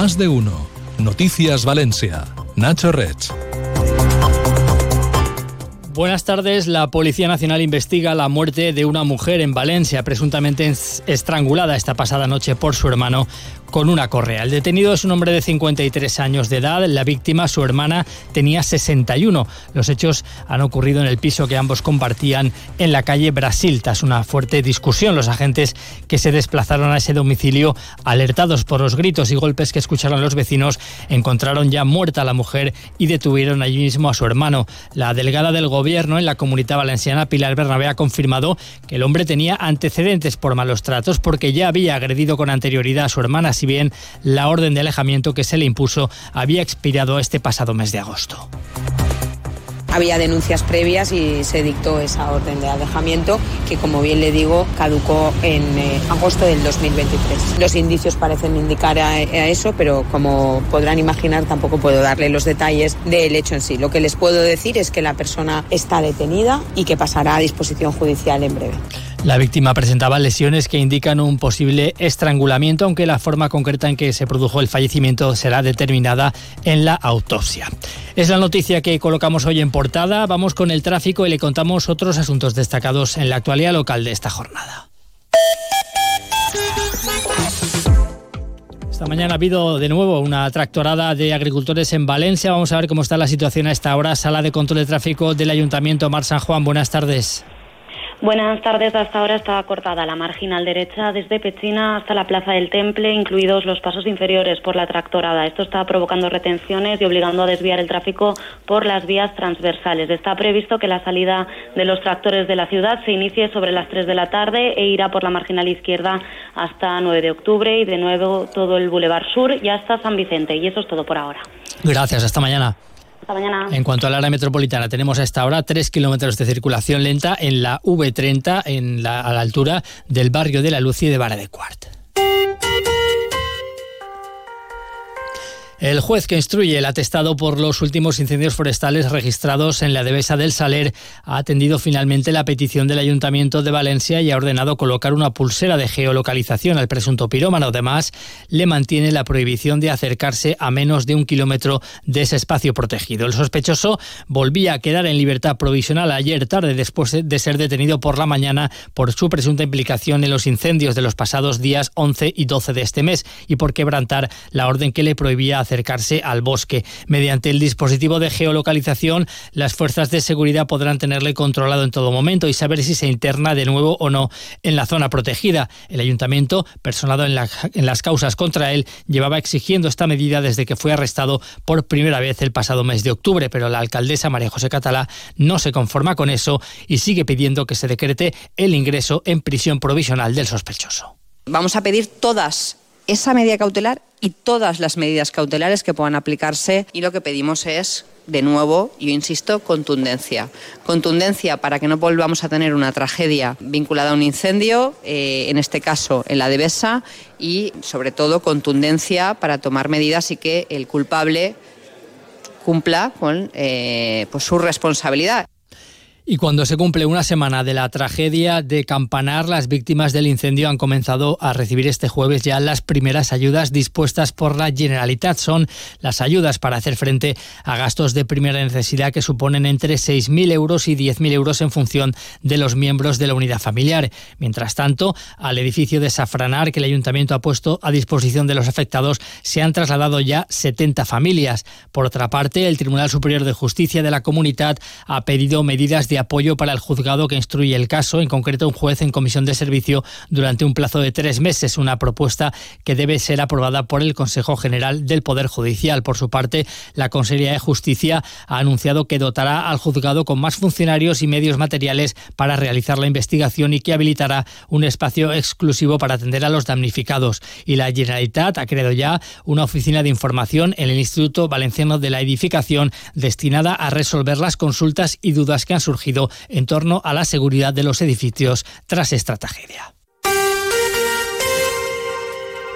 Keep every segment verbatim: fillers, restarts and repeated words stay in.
Más de uno. Noticias Valencia. Nacho Rech. Buenas tardes. La Policía Nacional investiga la muerte de una mujer en Valencia, presuntamente estrangulada esta pasada noche por su hermano con una correa. El detenido es un hombre de cincuenta y tres años de edad. La víctima, su hermana, tenía sesenta y uno. Los hechos han ocurrido en el piso que ambos compartían en la calle Brasil. Tras una fuerte discusión, los agentes que se desplazaron a ese domicilio, alertados por los gritos y golpes que escucharon los vecinos, encontraron ya muerta a la mujer y detuvieron allí mismo a su hermano. La delegada del gobierno en la Comunidad Valenciana, Pilar Bernabé, ha confirmado que el hombre tenía antecedentes por malos tratos porque ya había agredido con anterioridad a su hermana, si bien la orden de alejamiento que se le impuso había expirado este pasado mes de agosto. Había denuncias previas y se dictó esa orden de alejamiento que, como bien le digo, caducó en eh, agosto del dos mil veintitrés. Los indicios parecen indicar a, a eso, pero como podrán imaginar tampoco puedo darle los detalles del hecho en sí. Lo que les puedo decir es que la persona está detenida y que pasará a disposición judicial en breve. La víctima presentaba lesiones que indican un posible estrangulamiento, aunque la forma concreta en que se produjo el fallecimiento será determinada en la autopsia. Es la noticia que colocamos hoy en portada. Vamos con el tráfico y le contamos otros asuntos destacados en la actualidad local de esta jornada. Esta mañana ha habido de nuevo una tractorada de agricultores en Valencia. Vamos a ver cómo está la situación a esta hora. Sala de control de tráfico del Ayuntamiento, Mar San Juan. Buenas tardes. Buenas tardes. Hasta ahora está cortada la marginal derecha desde Pechina hasta la Plaza del Temple, incluidos los pasos inferiores por la tractorada. Esto está provocando retenciones y obligando a desviar el tráfico por las vías transversales. Está previsto que la salida de los tractores de la ciudad se inicie sobre las tres de la tarde e irá por la marginal izquierda hasta nueve de octubre y de nuevo todo el Boulevard Sur y hasta San Vicente. Y eso es todo por ahora. Gracias. Hasta mañana. Hasta mañana. En cuanto al área metropolitana, tenemos a esta hora tres kilómetros de circulación lenta en la V treinta, en la, a la altura del barrio de La Luz y de Vara de Quart. El juez que instruye el atestado por los últimos incendios forestales registrados en la Devesa del Saler ha atendido finalmente la petición del Ayuntamiento de Valencia y ha ordenado colocar una pulsera de geolocalización al presunto pirómano. Además, le mantiene la prohibición de acercarse a menos de un kilómetro de ese espacio protegido. El sospechoso volvía a quedar en libertad provisional ayer tarde, después de ser detenido por la mañana por su presunta implicación en los incendios de los pasados días once y doce de este mes y por quebrantar la orden que le prohibía acercarse acercarse al bosque. Mediante el dispositivo de geolocalización, las fuerzas de seguridad podrán tenerle controlado en todo momento y saber si se interna de nuevo o no en la zona protegida. El ayuntamiento, personado en, la, en las causas contra él, llevaba exigiendo esta medida desde que fue arrestado por primera vez el pasado mes de octubre, pero la alcaldesa María José Catalá no se conforma con eso y sigue pidiendo que se decrete el ingreso en prisión provisional del sospechoso. Vamos a pedir todas esa medida cautelar y todas las medidas cautelares que puedan aplicarse, y lo que pedimos es, de nuevo, yo insisto, contundencia. Contundencia para que no volvamos a tener una tragedia vinculada a un incendio, eh, en este caso en la Devesa, y sobre todo contundencia para tomar medidas y que el culpable cumpla con eh, pues su responsabilidad. Y cuando se cumple una semana de la tragedia de Campanar, las víctimas del incendio han comenzado a recibir este jueves ya las primeras ayudas dispuestas por la Generalitat. Son las ayudas para hacer frente a gastos de primera necesidad que suponen entre seis mil euros y diez mil euros en función de los miembros de la unidad familiar. Mientras tanto, al edificio de Safranar, que el Ayuntamiento ha puesto a disposición de los afectados, se han trasladado ya setenta familias. Por otra parte, el Tribunal Superior de Justicia de la Comunitat ha pedido medidas de apoyo para el juzgado que instruye el caso, en concreto un juez en comisión de servicio durante un plazo de tres meses, una propuesta que debe ser aprobada por el Consejo General del Poder Judicial. Por su parte, la Consejería de Justicia ha anunciado que dotará al juzgado con más funcionarios y medios materiales para realizar la investigación y que habilitará un espacio exclusivo para atender a los damnificados. Y la Generalitat ha creado ya una oficina de información en el Instituto Valenciano de la Edificación destinada a resolver las consultas y dudas que han surgido en torno a la seguridad de los edificios tras esta tragedia.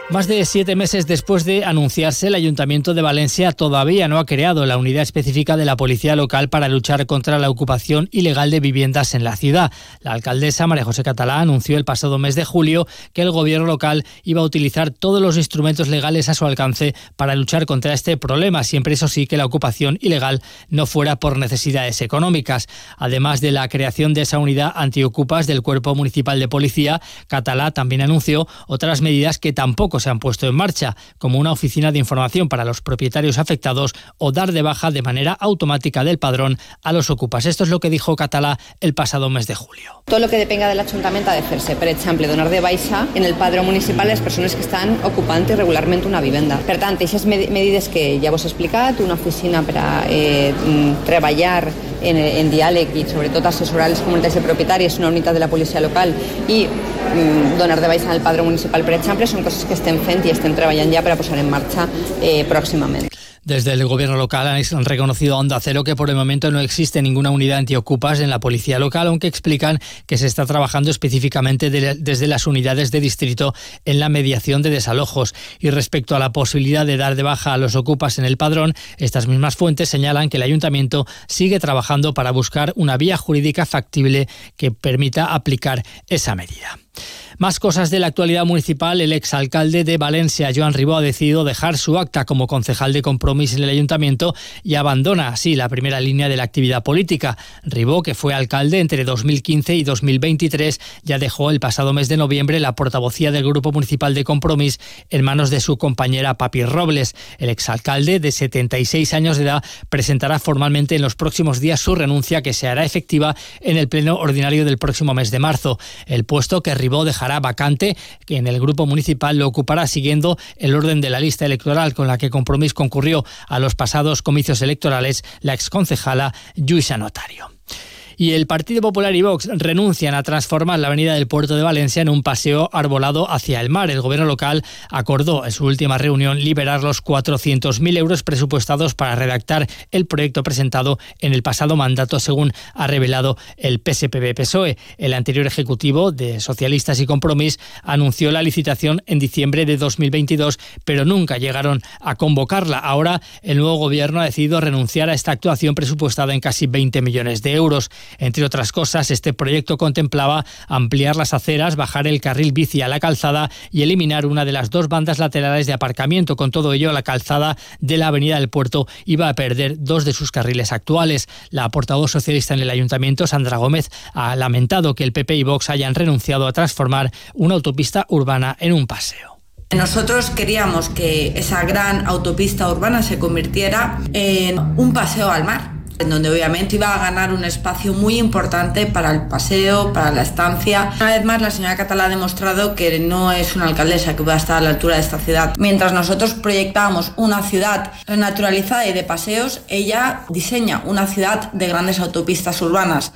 Más de siete meses después de anunciarse, el Ayuntamiento de Valencia todavía no ha creado la unidad específica de la policía local para luchar contra la ocupación ilegal de viviendas en la ciudad. La alcaldesa María José Catalá anunció el pasado mes de julio que el gobierno local iba a utilizar todos los instrumentos legales a su alcance para luchar contra este problema, siempre eso sí que la ocupación ilegal no fuera por necesidades económicas. Además de la creación de esa unidad antiocupas del Cuerpo Municipal de Policía, Catalá también anunció otras medidas que tampoco se han puesto en marcha, como una oficina de información para los propietarios afectados o dar de baja de manera automática del padrón a los ocupas. Esto es lo que dijo Catalá el pasado mes de julio. Tot el que depenga de l'Ajuntament ha de fer-se. Per exemple, donar de baixa en el padró municipal les persones que estan ocupant irregularment una vivenda. Per tant, aquestes medides que ja vos he explicat, una oficina per a eh, treballar en, en diàleg i sobretot assessorar les comunitats de propietaris, una unitat de la policia local i mm, donar de baixa en el padró municipal, per exemple, són coses que estem fent i estem treballant ja per a posar en marxa eh, pròximament. Desde el gobierno local han reconocido a Onda Cero que por el momento no existe ninguna unidad antiocupas en la policía local, aunque explican que se está trabajando específicamente de, desde las unidades de distrito en la mediación de desalojos. Y respecto a la posibilidad de dar de baja a los ocupas en el padrón, estas mismas fuentes señalan que el ayuntamiento sigue trabajando para buscar una vía jurídica factible que permita aplicar esa medida. Más cosas de la actualidad municipal. El exalcalde de Valencia, Joan Ribó, ha decidido dejar su acta como concejal de Compromís en el ayuntamiento y abandona así la primera línea de la actividad política. Ribó, que fue alcalde entre dos mil quince y dos mil veintitrés, ya dejó el pasado mes de noviembre la portavocía del Grupo Municipal de Compromís en manos de su compañera Papi Robles. El exalcalde, de setenta y seis años de edad, presentará formalmente en los próximos días su renuncia, que se hará efectiva en el pleno ordinario del próximo mes de marzo. El puesto que Ribó dejará vacante, que en el grupo municipal lo ocupará siguiendo el orden de la lista electoral con la que Compromís concurrió a los pasados comicios electorales la exconcejala Lluïsa Notario. Y el Partido Popular y Vox renuncian a transformar la avenida del Puerto de Valencia en un paseo arbolado hacia el mar. El gobierno local acordó en su última reunión liberar los cuatrocientos mil euros presupuestados para redactar el proyecto presentado en el pasado mandato, según ha revelado el P S P V P S O E. El anterior ejecutivo de Socialistas y Compromís anunció la licitación en diciembre de dos mil veintidós, pero nunca llegaron a convocarla. Ahora el nuevo gobierno ha decidido renunciar a esta actuación presupuestada en casi veinte millones de euros. Entre otras cosas, este proyecto contemplaba ampliar las aceras, bajar el carril bici a la calzada y eliminar una de las dos bandas laterales de aparcamiento. Con todo ello, la calzada de la avenida del Puerto iba a perder dos de sus carriles actuales. La portavoz socialista en el ayuntamiento, Sandra Gómez, ha lamentado que el P P y Vox hayan renunciado a transformar una autopista urbana en un paseo. Nosotros queríamos que esa gran autopista urbana se convirtiera en un paseo al mar, en donde obviamente iba a ganar un espacio muy importante para el paseo, para la estancia. Una vez más, la señora Catalá ha demostrado que no es una alcaldesa que va a estar a la altura de esta ciudad. Mientras nosotros proyectamos una ciudad renaturalizada y de paseos, ella diseña una ciudad de grandes autopistas urbanas.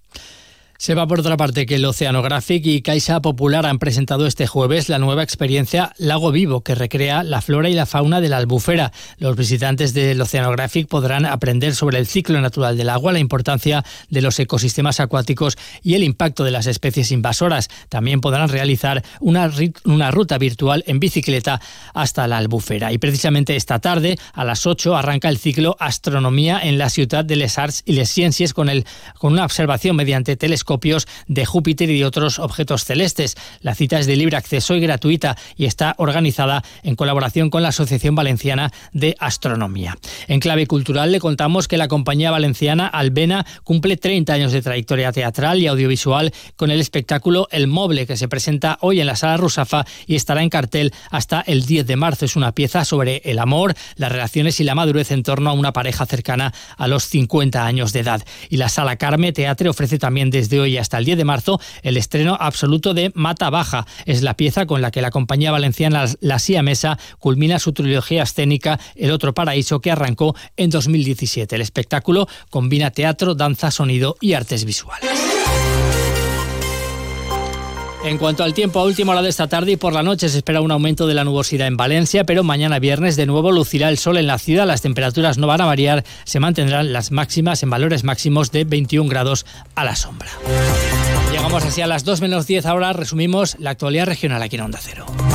Sepa por otra parte que el Oceanographic y Caixa Popular han presentado este jueves la nueva experiencia Lago Vivo, que recrea la flora y la fauna de la Albufera. Los visitantes del Oceanographic podrán aprender sobre el ciclo natural del agua, la importancia de los ecosistemas acuáticos y el impacto de las especies invasoras. También podrán realizar una, una ruta virtual en bicicleta hasta la Albufera. Y precisamente esta tarde, a las ocho, arranca el ciclo Astronomía en la Ciutat de les Arts y les Ciències con, el, con una observación mediante telescopio de Júpiter y de otros objetos celestes. La cita es de libre acceso y gratuita y está organizada en colaboración con la Asociación Valenciana de Astronomía. En clave cultural le contamos que la compañía valenciana Albena cumple treinta años de trayectoria teatral y audiovisual con el espectáculo El Moble, que se presenta hoy en la Sala Rusafa y estará en cartel hasta el diez de marzo. Es una pieza sobre el amor, las relaciones y la madurez en torno a una pareja cercana a los cincuenta años de edad. Y la Sala Carme Teatre ofrece también desde hoy hasta el diez de marzo el estreno absoluto de Mata Baja. Es la pieza con la que la compañía valenciana La Siamesa culmina su trilogía escénica El Otro Paraíso, que arrancó en dos mil diecisiete. El espectáculo combina teatro, danza, sonido y artes visuales. En cuanto al tiempo, a última hora de esta tarde y por la noche se espera un aumento de la nubosidad en Valencia, pero mañana viernes de nuevo lucirá el sol en la ciudad. Las temperaturas no van a variar, se mantendrán las máximas en valores máximos de veintiún grados a la sombra. Llegamos así a las dos menos diez ahora, resumimos la actualidad regional aquí en Onda Cero.